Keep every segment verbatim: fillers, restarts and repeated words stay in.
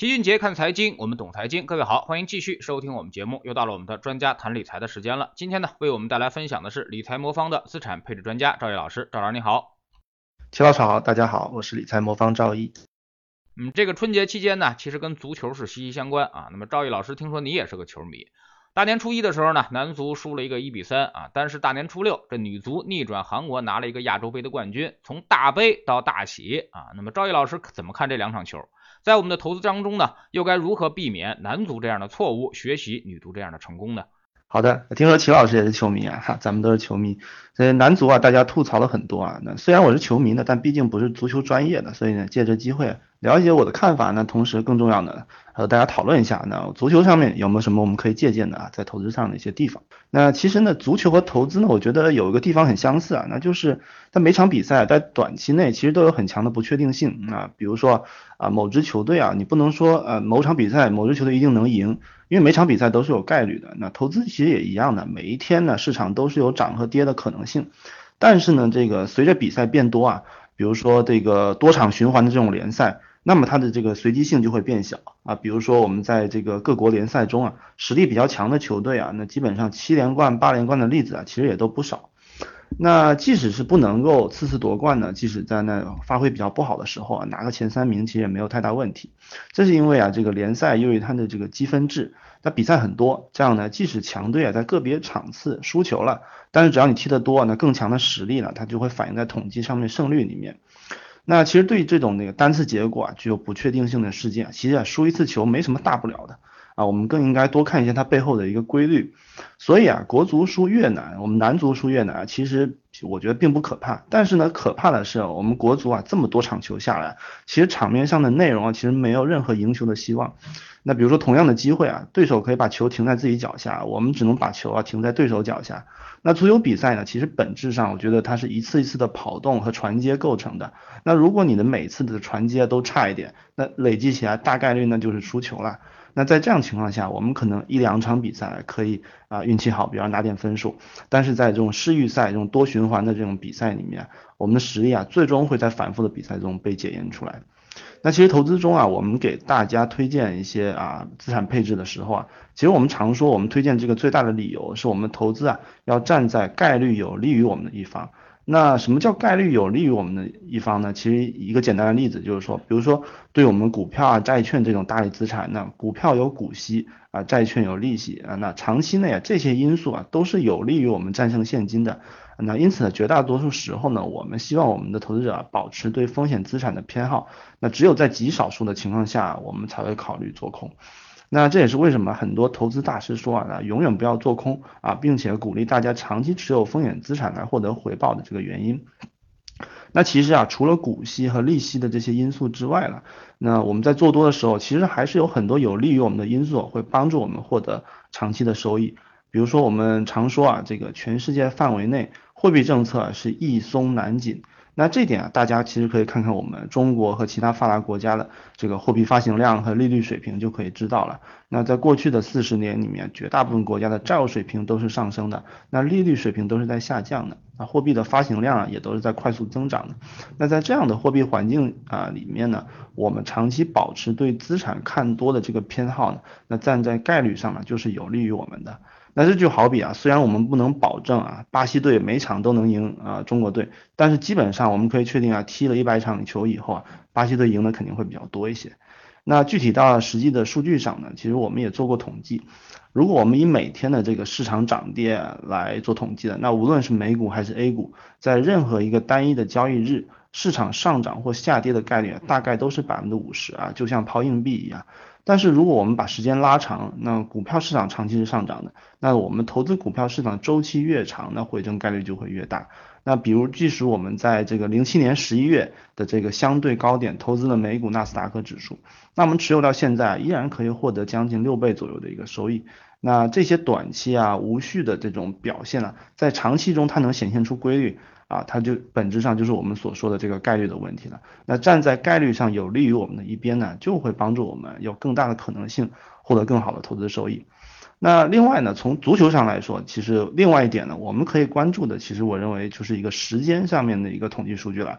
齐俊杰看财经，我们懂财经。各位好，欢迎继续收听我们节目。又到了我们的专家谈理财的时间了。今天呢，为我们带来分享的是理财魔方的资产配置专家赵毅老师。赵老师你好。 齐老师好，大家好，我是理财魔方赵毅。 嗯，这个春节期间呢，其实跟足球是息息相关啊。那么赵毅老师，听说你也是个球迷。大年初一的时候呢，男足输了一个一比三啊，但是大年初六，这女足逆转韩国拿了一个亚洲杯的冠军，从大悲到大喜啊。那么赵毅老师怎么看这两场球？在我们的投资当中呢，又该如何避免男足这样的错误，学习女足这样的成功呢？ 好的，听说齐老师也是球迷啊，哈，咱们都是球迷。这男足啊，大家吐槽了很多啊。那虽然我是球迷的，但毕竟不是足球专业的，所以呢，借着机会了解我的看法呢，同时更重要的和大家讨论一下，那足球上面有没有什么我们可以借鉴的啊，在投资上的一些地方。那其实呢，足球和投资呢，我觉得有一个地方很相似啊，那就是在每场比赛在短期内其实都有很强的不确定性啊，比如说啊，某支球队啊，你不能说呃某场比赛某支球队一定能赢。因为每场比赛都是有概率的，那投资其实也一样的，每一天呢市场都是有涨和跌的可能性，但是呢这个随着比赛变多啊，比如说这个多场循环的这种联赛，那么它的这个随机性就会变小啊，比如说我们在这个各国联赛中啊，实力比较强的球队啊，那基本上七连冠八连冠的例子啊其实也都不少。那即使是不能够次次夺冠呢，即使在那发挥比较不好的时候啊，拿个前三名其实也没有太大问题。这是因为啊，这个联赛由于它的这个积分制，那比赛很多，这样呢，即使强队啊在个别场次输球了，但是只要你踢得多，那更强的实力呢，它就会反映在统计上面胜率里面。那其实对于这种那个单次结果啊具有不确定性的事件，其实啊输一次球没什么大不了的啊，我们更应该多看一下它背后的一个规律。所以啊，国足输越南，我们男足输越南，其实我觉得并不可怕。但是呢，可怕的是我们国足啊这么多场球下来，其实场面上的内容啊，其实没有任何赢球的希望。那比如说同样的机会啊，对手可以把球停在自己脚下，我们只能把球啊停在对手脚下。那足球比赛呢，其实本质上我觉得它是一次一次的跑动和传接构成的。那如果你的每次的传接都差一点，那累计起来大概率那就是输球了。那在这样情况下，我们可能一两场比赛可以啊、呃、运气好，比方拿点分数，但是在这种世预赛这种多循环的这种比赛里面，我们的实力啊最终会在反复的比赛中被检验出来。那其实投资中啊，我们给大家推荐一些啊资产配置的时候啊，其实我们常说我们推荐这个最大的理由是我们投资啊要站在概率有利于我们的一方。那什么叫概率有利于我们的一方呢？其实一个简单的例子就是说，比如说对我们股票啊、债券这种大类资产，那股票有股息啊，债券有利息啊，那长期内啊这些因素啊都是有利于我们战胜现金的。那因此呢，绝大多数时候呢，我们希望我们的投资者啊保持对风险资产的偏好。那只有在极少数的情况下，我们才会考虑做空。那这也是为什么很多投资大师说啊，永远不要做空啊，并且鼓励大家长期持有风险资产来获得回报的这个原因。那其实啊，除了股息和利息的这些因素之外了，那我们在做多的时候，其实还是有很多有利于我们的因素，会帮助我们获得长期的收益。比如说我们常说啊，这个全世界范围内货币政策是易松难紧。那这点啊，大家其实可以看看我们中国和其他发达国家的这个货币发行量和利率水平就可以知道了。那在过去的四十年里面，绝大部分国家的债务水平都是上升的，那利率水平都是在下降的，那货币的发行量啊也都是在快速增长的。那在这样的货币环境啊里面呢，我们长期保持对资产看多的这个偏好呢，那站在概率上呢就是有利于我们的。那这就好比啊，虽然我们不能保证啊，巴西队每场都能赢啊中国队，但是基本上我们可以确定啊，踢了一百场球以后啊，巴西队赢的肯定会比较多一些。那具体到实际的数据上呢，其实我们也做过统计，如果我们以每天的这个市场涨跌来做统计的，那无论是美股还是 A 股，在任何一个单一的交易日，市场上涨或下跌的概率大概都是百分之五十啊，就像抛硬币一样。但是如果我们把时间拉长，那股票市场长期是上涨的，那我们投资股票市场周期越长，那回正概率就会越大。那比如，即使我们在这个零七年十一月的这个相对高点投资了美股纳斯达克指数，那我们持有到现在依然可以获得将近六倍左右的一个收益。那这些短期啊无序的这种表现啊，在长期中它能显现出规律啊，它就本质上就是我们所说的这个概率的问题了。那站在概率上有利于我们的一边呢，就会帮助我们有更大的可能性获得更好的投资收益。那另外呢，从足球上来说，其实另外一点呢，我们可以关注的，其实我认为就是一个时间上面的一个统计数据了。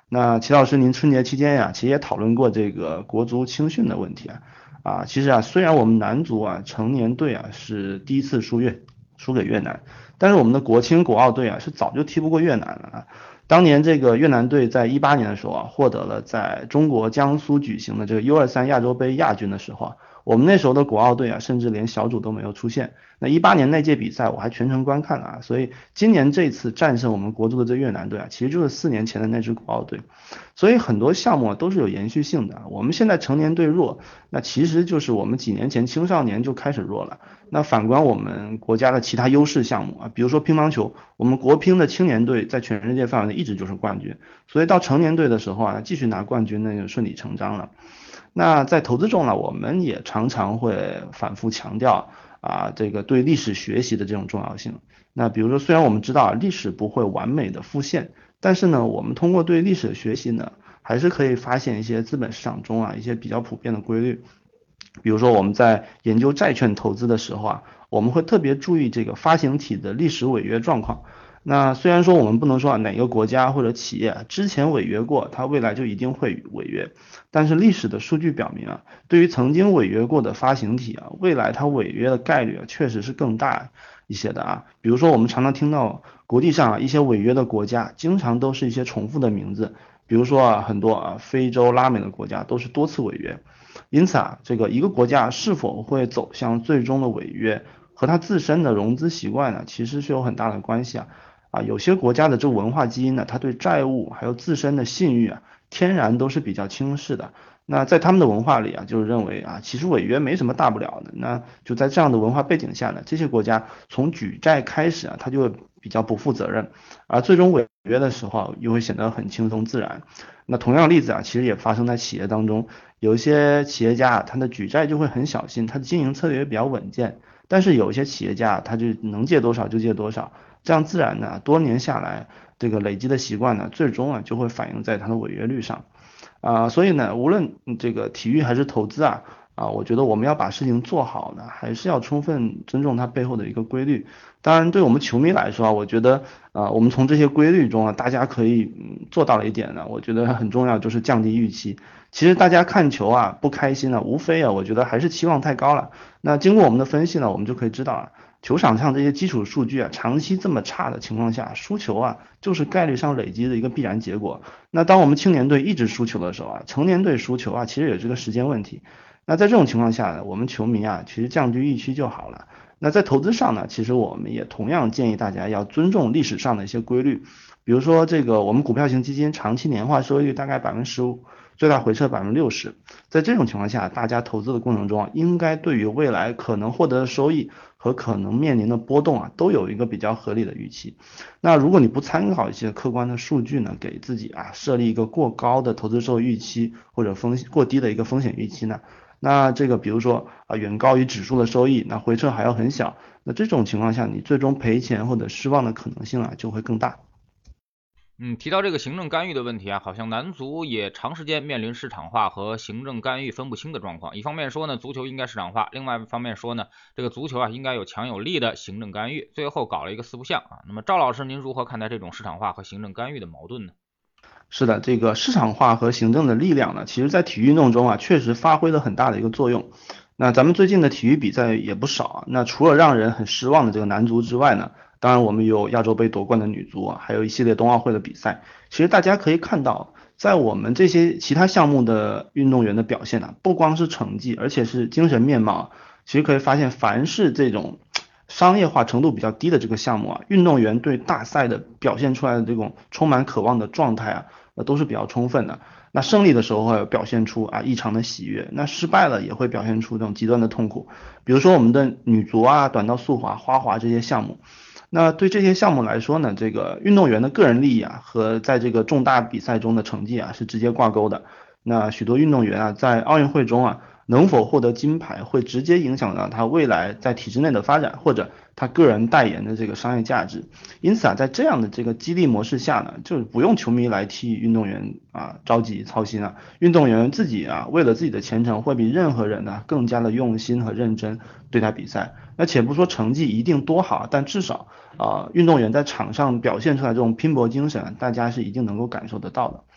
那齐老师，您春节期间呀，其实也讨论过这个国足青训的问题啊。啊，其实啊，虽然我们男足啊成年队啊是第一次输越输给越南，但是我们的国青国奥队啊是早就踢不过越南了啊。当年这个越南队在一八年的时候啊，获得了在中国江苏举行的这个 U 二三亚洲杯亚军的时候啊，我们那时候的国奥队啊，甚至连小组都没有出现。那一八年那届比赛我还全程观看了啊，所以今年这次战胜我们国足的这越南队啊，其实就是四年前的那支国奥队。所以很多项目啊都是有延续性的。我们现在成年队弱，那其实就是我们几年前青少年就开始弱了。那反观我们国家的其他优势项目啊，比如说乒乓球，我们国乒的青年队在全世界范围内一直就是冠军，所以到成年队的时候啊，继续拿冠军那就顺理成章了。那在投资中呢，我们也常常会反复强调啊，这个对历史学习的这种重要性。那比如说，虽然我们知道啊，历史不会完美的复现，但是呢，我们通过对历史的学习呢，还是可以发现一些资本市场中啊一些比较普遍的规律。比如说我们在研究债券投资的时候啊，我们会特别注意这个发行体的历史违约状况。那虽然说我们不能说啊哪个国家或者企业之前违约过，它未来就一定会违约，但是历史的数据表明啊，对于曾经违约过的发行体啊，未来它违约的概率啊确实是更大一些的啊。比如说我们常常听到国际上啊一些违约的国家，经常都是一些重复的名字，比如说啊很多啊非洲、拉美的国家都是多次违约。因此啊，这个一个国家是否会走向最终的违约，和它自身的融资习惯呢，其实是有很大的关系啊。啊，有些国家的这个文化基因呢，它对债务还有自身的信誉啊，天然都是比较轻视的。那在他们的文化里啊，就是认为啊，其实违约没什么大不了的。那就在这样的文化背景下呢，这些国家从举债开始啊，它就比较不负责任，而最终违约的时候啊又会显得很轻松自然。那同样的例子啊，其实也发生在企业当中，有一些企业家啊，他的举债就会很小心，他的经营策略也比较稳健，但是有一些企业家他就能借多少就借多少。这样自然呢，多年下来，这个累积的习惯呢，最终啊就会反映在它的违约率上，啊，所以呢，无论这个体育还是投资啊，啊，我觉得我们要把事情做好呢，还是要充分尊重它背后的一个规律。当然，对我们球迷来说啊，我觉得啊，我们从这些规律中啊，大家可以嗯做到了一点呢，我觉得很重要，就是降低预期。其实大家看球啊不开心啊，无非啊，我觉得还是期望太高了。那经过我们的分析呢，我们就可以知道啊。球场上这些基础数据啊，长期这么差的情况下，输球啊，就是概率上累积的一个必然结果。那当我们青年队一直输球的时候啊，成年队输球啊，其实也是个时间问题。那在这种情况下呢，我们球迷啊，其实降低预期就好了。那在投资上呢，其实我们也同样建议大家要尊重历史上的一些规律，比如说这个我们股票型基金长期年化收益率大概百分之十五，最大回撤百分之六十。在这种情况下，大家投资的过程中啊，应该对于未来可能获得的收益和可能面临的波动啊，都有一个比较合理的预期。那如果你不参考一些客观的数据呢，给自己啊设立一个过高的投资收益预期或者风过低的一个风险预期呢，那这个比如说啊远高于指数的收益，那回撤还要很小，那这种情况下你最终赔钱或者失望的可能性啊就会更大。 嗯，提到这个行政干预的问题啊，好像男足也长时间面临市场化和行政干预分不清的状况。一方面说呢，足球应该市场化；另外一方面说呢，这个足球啊应该有强有力的行政干预。最后搞了一个四不像啊。那么赵老师，您如何看待这种市场化和行政干预的矛盾呢？ 是的，这个市场化和行政的力量呢，其实在体育运动中啊，确实发挥了很大的一个作用。那咱们最近的体育比赛也不少啊，那除了让人很失望的这个男足之外呢，当然我们有亚洲杯夺冠的女足啊，还有一系列冬奥会的比赛。其实大家可以看到，在我们这些其他项目的运动员的表现啊，不光是成绩，而且是精神面貌啊，其实可以发现，凡是这种商业化程度比较低的这个项目啊，运动员对大赛的表现出来的这种充满渴望的状态啊，呃都是比较充分的。那胜利的时候会表现出啊异常的喜悦，那失败了也会表现出这种极端的痛苦。比如说我们的女足啊、短道速滑、花滑这些项目，那对这些项目来说呢，这个运动员的个人利益啊和在这个重大比赛中的成绩啊是直接挂钩的。那许多运动员啊在奥运会中啊能否获得金牌，会直接影响到他未来在体制内的发展，或者他个人代言的这个商业价值。因此啊，在这样的这个激励模式下呢，就是不用球迷来替运动员啊着急操心啊，运动员自己啊为了自己的前程，会比任何人呢更加的用心和认真对待比赛。那且不说成绩一定多好，但至少啊运动员在场上表现出来这种拼搏精神，大家是一定能够感受得到的。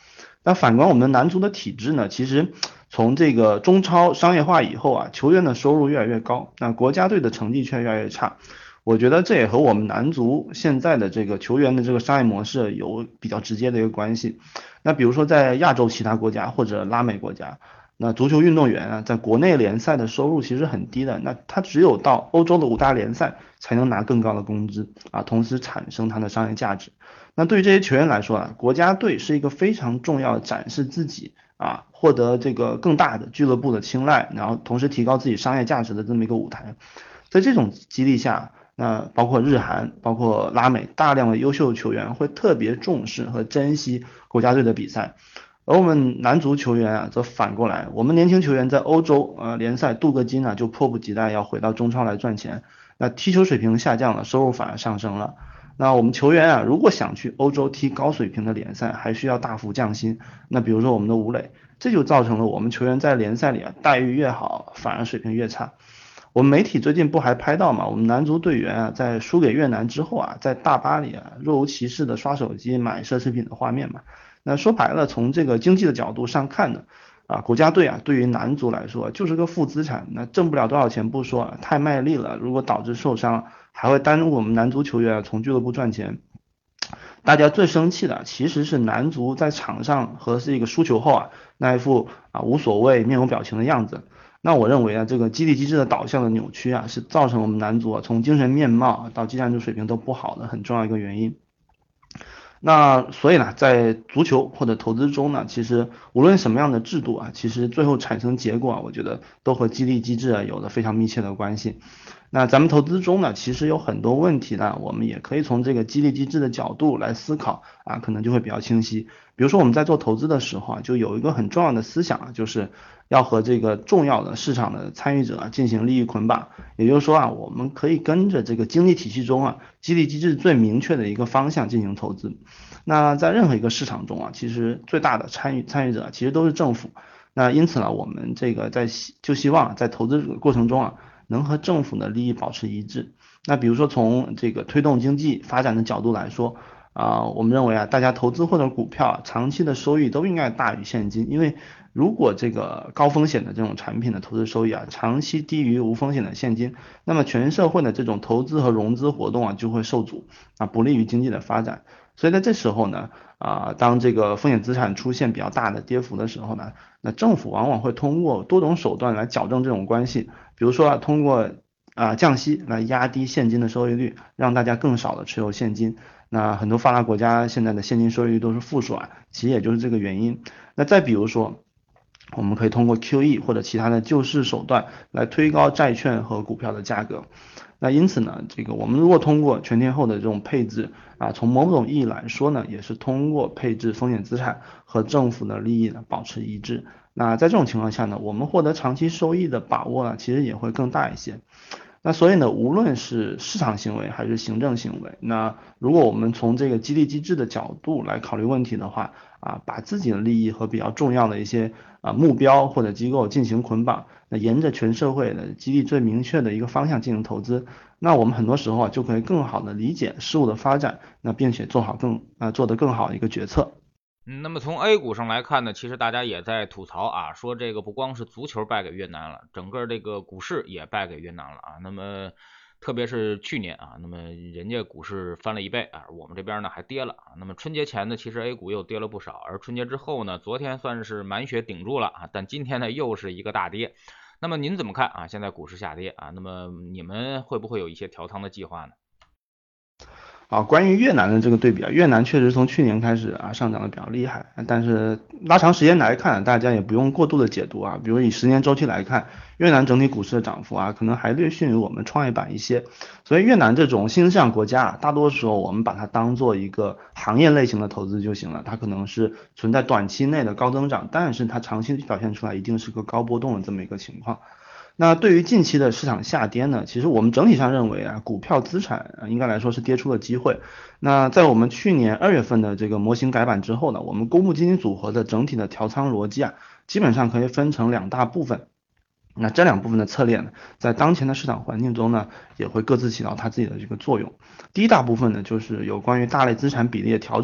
那反观我们男足的体制呢，其实从这个中超商业化以后啊，球员的收入越来越高，那国家队的成绩却越来越差。我觉得这也和我们男足现在的这个球员的这个商业模式有比较直接的一个关系。那比如说在亚洲其他国家或者拉美国家，那足球运动员啊，在国内联赛的收入其实很低的，那他只有到欧洲的五大联赛才能拿更高的工资啊，同时产生他的商业价值。那对于这些球员来说啊，国家队是一个非常重要的展示自己啊，获得这个更大的俱乐部的青睐，然后同时提高自己商业价值的这么一个舞台。在这种激励下，那包括日韩，包括拉美，大量的优秀球员会特别重视和珍惜国家队的比赛。而我们男足球员啊，则反过来，我们年轻球员在欧洲呃联赛镀个金啊，就迫不及待要回到中超来赚钱。那踢球水平下降了，收入反而上升了。那我们球员啊，如果想去欧洲踢高水平的联赛，还需要大幅降薪。那比如说我们的吴磊，这就造成了我们球员在联赛里啊待遇越好，反而水平越差。我们媒体最近不还拍到嘛，我们男足队员啊，在输给越南之后啊，在大巴里啊若无其事的刷手机买奢侈品的画面嘛。那说白了，从这个经济的角度上看呢，啊，国家队啊，对于男足来说就是个负资产，那挣不了多少钱不说，太卖力了，如果导致受伤，还会耽误我们男足球员从俱乐部赚钱。大家最生气的其实是男足在场上和这个输球后啊，那一副啊无所谓、面无表情的样子。那我认为啊，这个激励机制的导向的扭曲啊，是造成我们男足啊从精神面貌到技战术水平都不好的很重要一个原因。那所以呢，在足球或者投资中呢，其实无论什么样的制度啊，其实最后产生结果啊，我觉得都和激励机制啊有着非常密切的关系。那咱们投资中呢，其实有很多问题呢，我们也可以从这个激励机制的角度来思考啊，可能就会比较清晰。比如说我们在做投资的时候啊，就有一个很重要的思想啊，就是要和这个重要的市场的参与者啊进行利益捆绑。也就是说啊，我们可以跟着这个经济体系中啊激励机制最明确的一个方向进行投资。那在任何一个市场中啊，其实最大的参与参与者其实都是政府。那因此呢，我们这个在就希望在投资过程中啊，能和政府的利益保持一致。那比如说从这个推动经济发展的角度来说啊、呃，我们认为啊，大家投资或者股票长期的收益都应该大于现金，因为如果这个高风险的这种产品的投资收益啊，长期低于无风险的现金，那么全社会的这种投资和融资活动啊就会受阻啊，不利于经济的发展。所以在这时候呢，啊，当这个风险资产出现比较大的跌幅的时候呢，那政府往往会通过多种手段来矫正这种关系，比如说啊，通过啊降息来压低现金的收益率，让大家更少的持有现金。那很多发达国家现在的现金收益率都是负数啊，其实也就是这个原因。那再比如说，我们可以通过 Q E 或者其他的救市手段来推高债券和股票的价格。那因此呢，这个我们如果通过全天候的这种配置啊，从某种意义来说呢，也是通过配置风险资产和政府的利益呢保持一致。那在这种情况下呢，我们获得长期收益的把握呢，其实也会更大一些。那所以呢，无论是市场行为还是行政行为，那如果我们从这个激励机制的角度来考虑问题的话，啊，把自己的利益和比较重要的一些啊目标或者机构进行捆绑，那沿着全社会的激励最明确的一个方向进行投资，那我们很多时候啊就可以更好的理解事物的发展，那并且做好更啊做得更好的一个决策。 嗯，那么从 A 股上来看呢，其实大家也在吐槽啊，说这个不光是足球败给越南了，整个这个股市也败给越南了啊。那么特别是去年啊，那么人家股市翻了一倍啊，我们这边呢还跌了啊。那么春节前呢，其实 A 股又跌了不少，而春节之后呢，昨天算是满血顶住了啊，但今天呢又是一个大跌。那么您怎么看啊？现在股市下跌啊，那么你们会不会有一些调仓的计划呢？ 啊，关于越南的这个对比啊，越南确实从去年开始啊上涨的比较厉害，但是拉长时间来看，大家也不用过度的解读啊。比如以十年周期来看，越南整体股市的涨幅啊，可能还略逊于我们创业板一些。所以越南这种新兴市场国家啊，大多时候我们把它当做一个行业类型的投资就行了，它可能是存在短期内的高增长，但是它长期表现出来一定是个高波动的这么一个情况。那对于近期的市场下跌呢，其实我们整体上认为啊，股票资产啊应该来说是跌出了机会。那在我们去年二月份的这个模型改版之后呢，我们公募基金组合的整体的调仓逻辑啊，基本上可以分成两大部分。那这两部分的策略呢，在当前的市场环境中呢，也会各自起到它自己的这个作用。第一大部分呢，就是有关于大类资产比例的调整，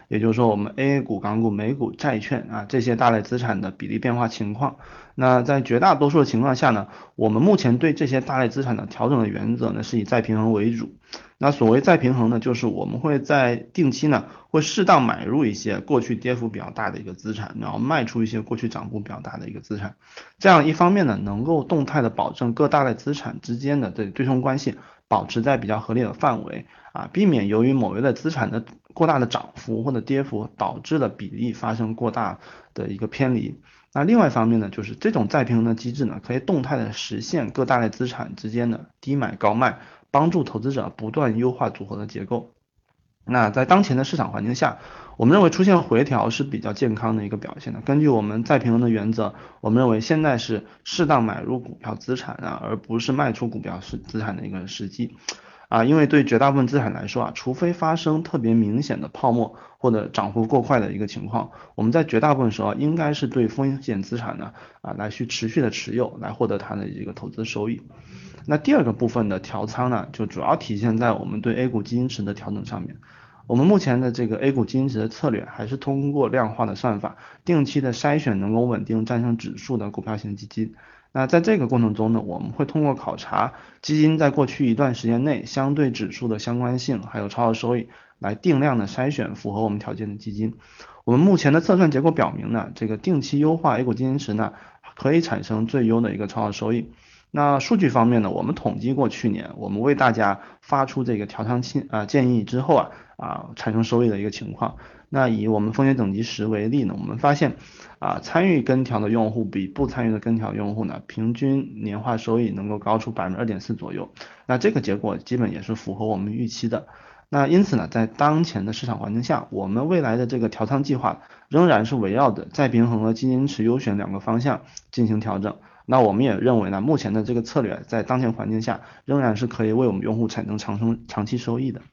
也就是说我们 A A 股、港股、美股、债券啊这些大类资产的比例变化情况。那在绝大多数的情况下呢，我们目前对这些大类资产的调整的原则呢是以再平衡为主。那所谓再平衡呢，就是我们会在定期呢会适当买入一些过去跌幅比较大的一个资产，然后卖出一些过去涨幅比较大的一个资产。这样一方面呢，能够动态的保证各大类资产之间的这对冲关系保持在比较合理的范围啊，避免由于某一类资产的过大的涨幅或者跌幅导致了比例发生过大的一个偏离。那另外一方面呢，就是这种再平衡的机制呢，可以动态的实现各大类资产之间的低买高卖，帮助投资者不断优化组合的结构。那在当前的市场环境下，我们认为出现回调是比较健康的一个表现的。根据我们再平衡的原则，我们认为现在是适当买入股票资产啊，而不是卖出股票资产的一个时机。啊，因为对绝大部分资产来说啊，除非发生特别明显的泡沫或者涨幅过快的一个情况，我们在绝大部分时候应该是对风险资产呢啊来去持续的持有，来获得它的一个投资收益。那第二个部分的调仓呢，就主要体现在我们对 A 股基金池的调整上面。我们目前的这个 A 股基金池的策略，还是通过量化的算法，定期的筛选能够稳定战胜指数的股票型基金。那在这个过程中呢，我们会通过考察基金在过去一段时间内相对指数的相关性，还有超额收益，来定量的筛选符合我们条件的基金。我们目前的测算结果表明呢，这个定期优化 A 股基金池呢，可以产生最优的一个超额收益。那数据方面呢，我们统计过去年我们为大家发出这个调仓建啊建议之后啊啊产生收益的一个情况。那以我们风险等级十为例呢，我们发现啊参与跟调的用户比不参与的跟调用户呢，平均年化收益能够高出百分之二点四左右。那这个结果基本也是符合我们预期的。那因此呢，在当前的市场环境下，我们未来的这个调仓计划仍然是围绕着再平衡和基金池优选两个方向进行调整。那我们也认为呢，目前的这个策略在当前环境下仍然是可以为我们用户产生长生长期收益的。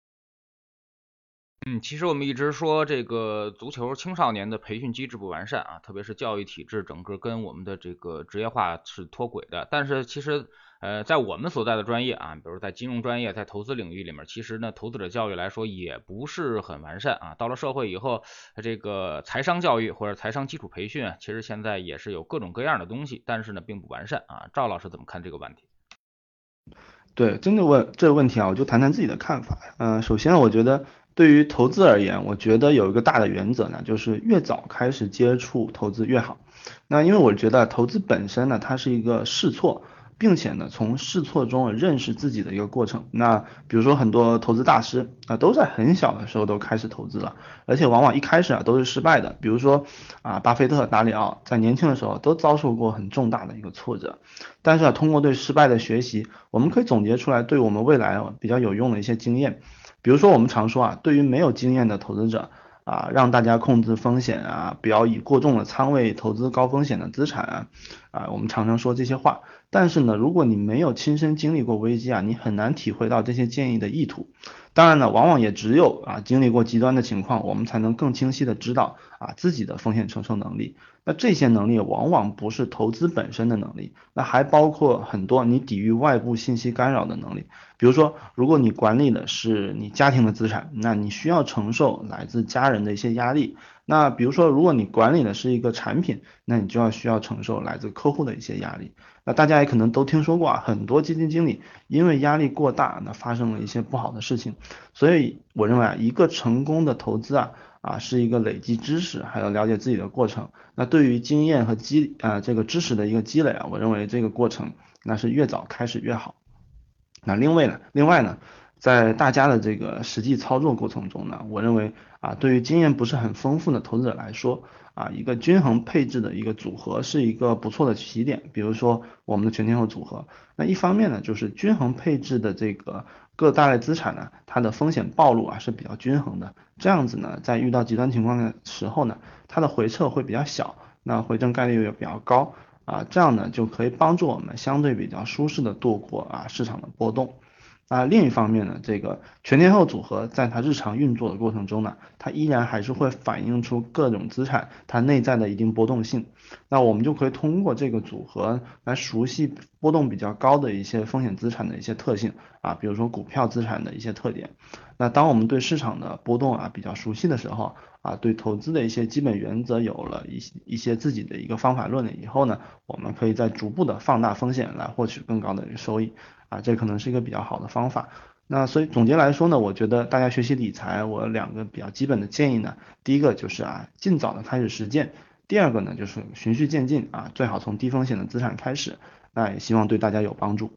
嗯，其实我们一直说这个足球青少年的培训机制不完善啊，特别是教育体制整个跟我们的这个职业化是脱轨的。但是其实呃，在我们所在的专业啊，比如在金融专业，在投资领域里面，其实呢，投资者教育来说也不是很完善啊。到了社会以后，这个财商教育或者财商基础培训啊，其实现在也是有各种各样的东西，但是呢，并不完善啊。赵老师怎么看这个问题？ 对，针对问这个问题啊，我就谈谈自己的看法。嗯、呃，首先我觉得对于投资而言，我觉得有一个大的原则呢，就是越早开始接触投资越好。那因为我觉得投资本身呢，它是一个试错，并且呢，从试错中认识自己的一个过程。那比如说很多投资大师啊，都在很小的时候都开始投资了，而且往往一开始啊都是失败的。比如说啊，巴菲特、达里奥在年轻的时候都遭受过很重大的一个挫折，但是啊，通过对失败的学习，我们可以总结出来对我们未来比较有用的一些经验。比如说我们常说啊，对于没有经验的投资者，啊，让大家控制风险啊，不要以过重的仓位投资高风险的资产啊，啊，我们常常说这些话。但是呢，如果你没有亲身经历过危机啊，你很难体会到这些建议的意图。当然呢，往往也只有啊经历过极端的情况，我们才能更清晰的知道啊自己的风险承受能力。那这些能力往往不是投资本身的能力，那还包括很多你抵御外部信息干扰的能力。比如说，如果你管理的是你家庭的资产，那你需要承受来自家人的一些压力。那比如说，如果你管理的是一个产品，那你就要需要承受来自客户的一些压力。那大家也可能都听说过啊，很多基金经理因为压力过大，那发生了一些不好的事情。所以我认为啊，一个成功的投资啊啊是一个累积知识，还有了解自己的过程。那对于经验和积啊这个知识的一个积累啊，我认为这个过程那是越早开始越好。那另外呢，另外呢，在大家的这个实际操作过程中呢，我认为啊，对于经验不是很丰富的投资者来说，啊，一个均衡配置的一个组合是一个不错的起点。比如说我们的全天候组合，那一方面呢，就是均衡配置的这个各大类资产呢，它的风险暴露啊是比较均衡的。这样子呢，在遇到极端情况的时候呢，它的回撤会比较小，那回正概率也比较高。啊，这样呢就可以帮助我们相对比较舒适的度过啊市场的波动。啊，另一方面呢，这个全天候组合在它日常运作的过程中呢，它依然还是会反映出各种资产它内在的一定波动性。那我们就可以通过这个组合来熟悉波动比较高的一些风险资产的一些特性啊，比如说股票资产的一些特点。那当我们对市场的波动啊比较熟悉的时候啊，对投资的一些基本原则有了一些一些自己的一个方法论了以后呢，我们可以再逐步的放大风险来获取更高的一个收益啊，这可能是一个比较好的方法。那所以总结来说呢，我觉得大家学习理财，我两个比较基本的建议呢，第一个就是啊，尽早的开始实践。第二个呢，就是循序渐进啊，最好从低风险的资产开始，那也希望对大家有帮助。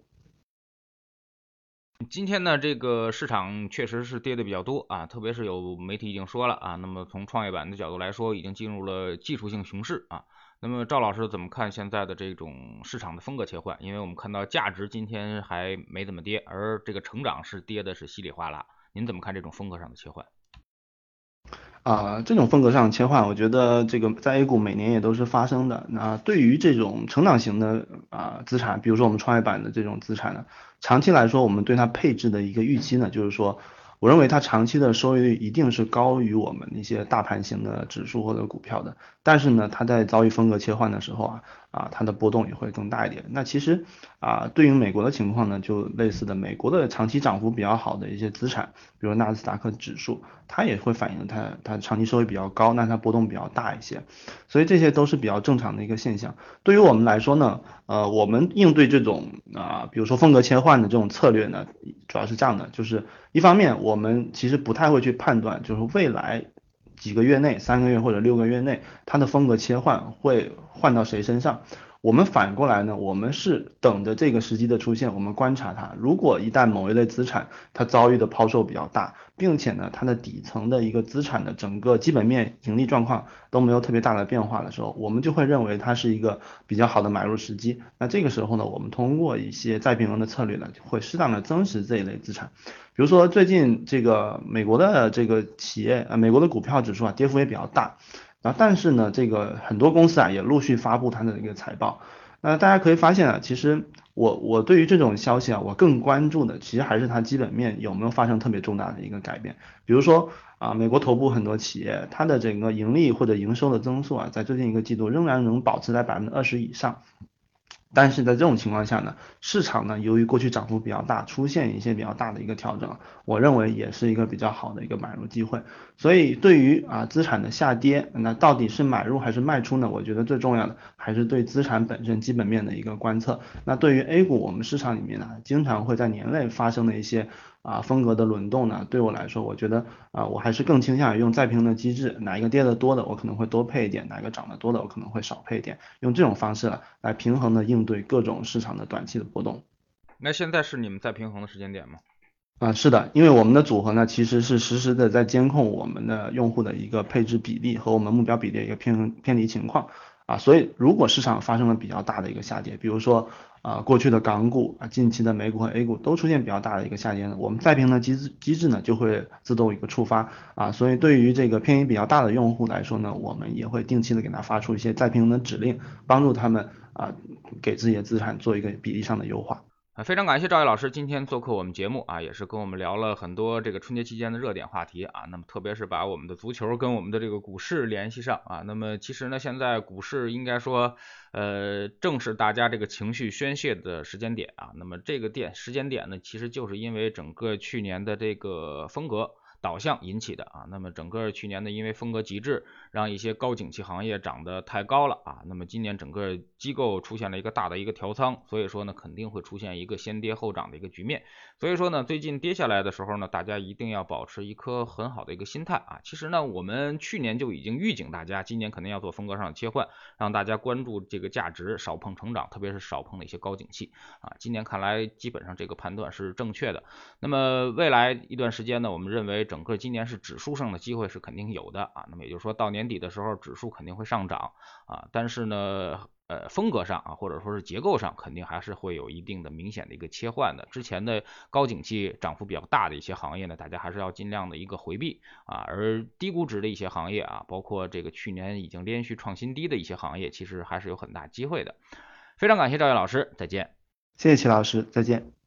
今天呢，这个市场确实是跌的比较多啊，特别是有媒体已经说了啊，那么从创业板的角度来说，已经进入了技术性熊市啊。那么赵老师怎么看现在的这种市场的风格切换？因为我们看到价值今天还没怎么跌，而这个成长是跌的是稀里哗啦。您怎么看这种风格上的切换？ 啊，这种风格上的切换，我觉得这个在 A 股每年也都是发生的。那对于这种成长型的啊资产，比如说我们创业板的这种资产呢，长期来说，我们对它配置的一个预期呢，就是说，我认为它长期的收益率一定是高于我们一些大盘型的指数或者股票的。但是呢，它在遭遇风格切换的时候啊，啊，它的波动也会更大一点。那其实啊，对于美国的情况呢，就类似的，美国的长期涨幅比较好的一些资产，比如纳斯达克指数，它也会反映它它长期收益比较高，那它波动比较大一些。所以这些都是比较正常的一个现象。对于我们来说呢，呃，我们应对这种啊、比如说风格切换的这种策略呢，主要是这样的，就是一方面我们其实不太会去判断，就是未来几个月内、三个月或者六个月内，它的风格切换会换到谁身上。我们反过来呢，我们是等着这个时机的出现，我们观察它。如果一旦某一类资产它遭遇的抛售比较大，并且呢，它的底层的一个资产的整个基本面盈利状况都没有特别大的变化的时候，我们就会认为它是一个比较好的买入时机。那这个时候呢，我们通过一些再平衡的策略呢，会适当的增持这一类资产。比如说最近这个美国的这个企业，呃，美国的股票指数啊，跌幅也比较大。啊，但是呢，这个很多公司啊也陆续发布它的一个财报。那大家可以发现啊，其实我我对于这种消息啊，我更关注的其实还是它基本面有没有发生特别重大的一个改变。比如说啊，美国头部很多企业，它的整个盈利或者营收的增速啊，在最近一个季度仍然能保持在百分之二十以上。但是在这种情况下呢，市场呢由于过去涨幅比较大，出现一些比较大的一个调整，我认为也是一个比较好的一个买入机会。所以对于啊资产的下跌，那到底是买入还是卖出呢？我觉得最重要的还是对资产本身基本面的一个观测。那对于 A 股，我们市场里面呢，经常会在年内发生的一些啊风格的轮动呢，对我来说，我觉得啊我还是更倾向于用再平衡的机制，哪一个跌得多的我可能会多配一点，哪一个涨得多的我可能会少配一点，用这种方式来平衡的应对各种市场的短期的波动。 那现在是你们在平衡的时间点吗？ 啊，是的，因为我们的组合呢，其实是实时的在监控我们的用户的一个配置比例和我们目标比例的一个偏偏离情况啊，所以如果市场发生了比较大的一个下跌，比如说啊过去的港股啊，近期的美股和 A 股都出现比较大的一个下跌呢，我们再平衡机制机制呢就会自动一个触发啊，所以对于这个偏移比较大的用户来说呢，我们也会定期的给他发出一些再平衡的指令，帮助他们啊给自己的资产做一个比例上的优化。 啊，非常感谢赵毅老师今天做客我们节目啊，也是跟我们聊了很多这个春节期间的热点话题啊。那么特别是把我们的足球跟我们的这个股市联系上啊。那么其实呢，现在股市应该说，呃，正是大家这个情绪宣泄的时间点啊。那么这个点时间点呢，其实就是因为整个去年的这个风格导向引起的啊。那么整个去年呢，因为风格极致，让一些高景气行业涨得太高了啊。那么今年整个机构出现了一个大的一个调仓，所以说呢，肯定会出现一个先跌后涨的一个局面。所以说呢，最近跌下来的时候呢，大家一定要保持一颗很好的一个心态啊。其实呢，我们去年就已经预警大家，今年肯定要做风格上的切换，让大家关注这个价值，少碰成长，特别是少碰的一些高景气啊。今年看来基本上这个判断是正确的。那么未来一段时间呢，我们认为整个今年是指数上的机会是肯定有的啊。那么也就是说到年底的时候，指数肯定会上涨啊，但是呢，呃，风格上啊，或者说是结构上，肯定还是会有一定的明显的一个切换的。之前的高景气涨幅比较大的一些行业呢，大家还是要尽量的一个回避啊，而低估值的一些行业啊，包括这个去年已经连续创新低的一些行业，其实还是有很大机会的。非常感谢赵毅老师，再见。 谢谢齐老师，再见。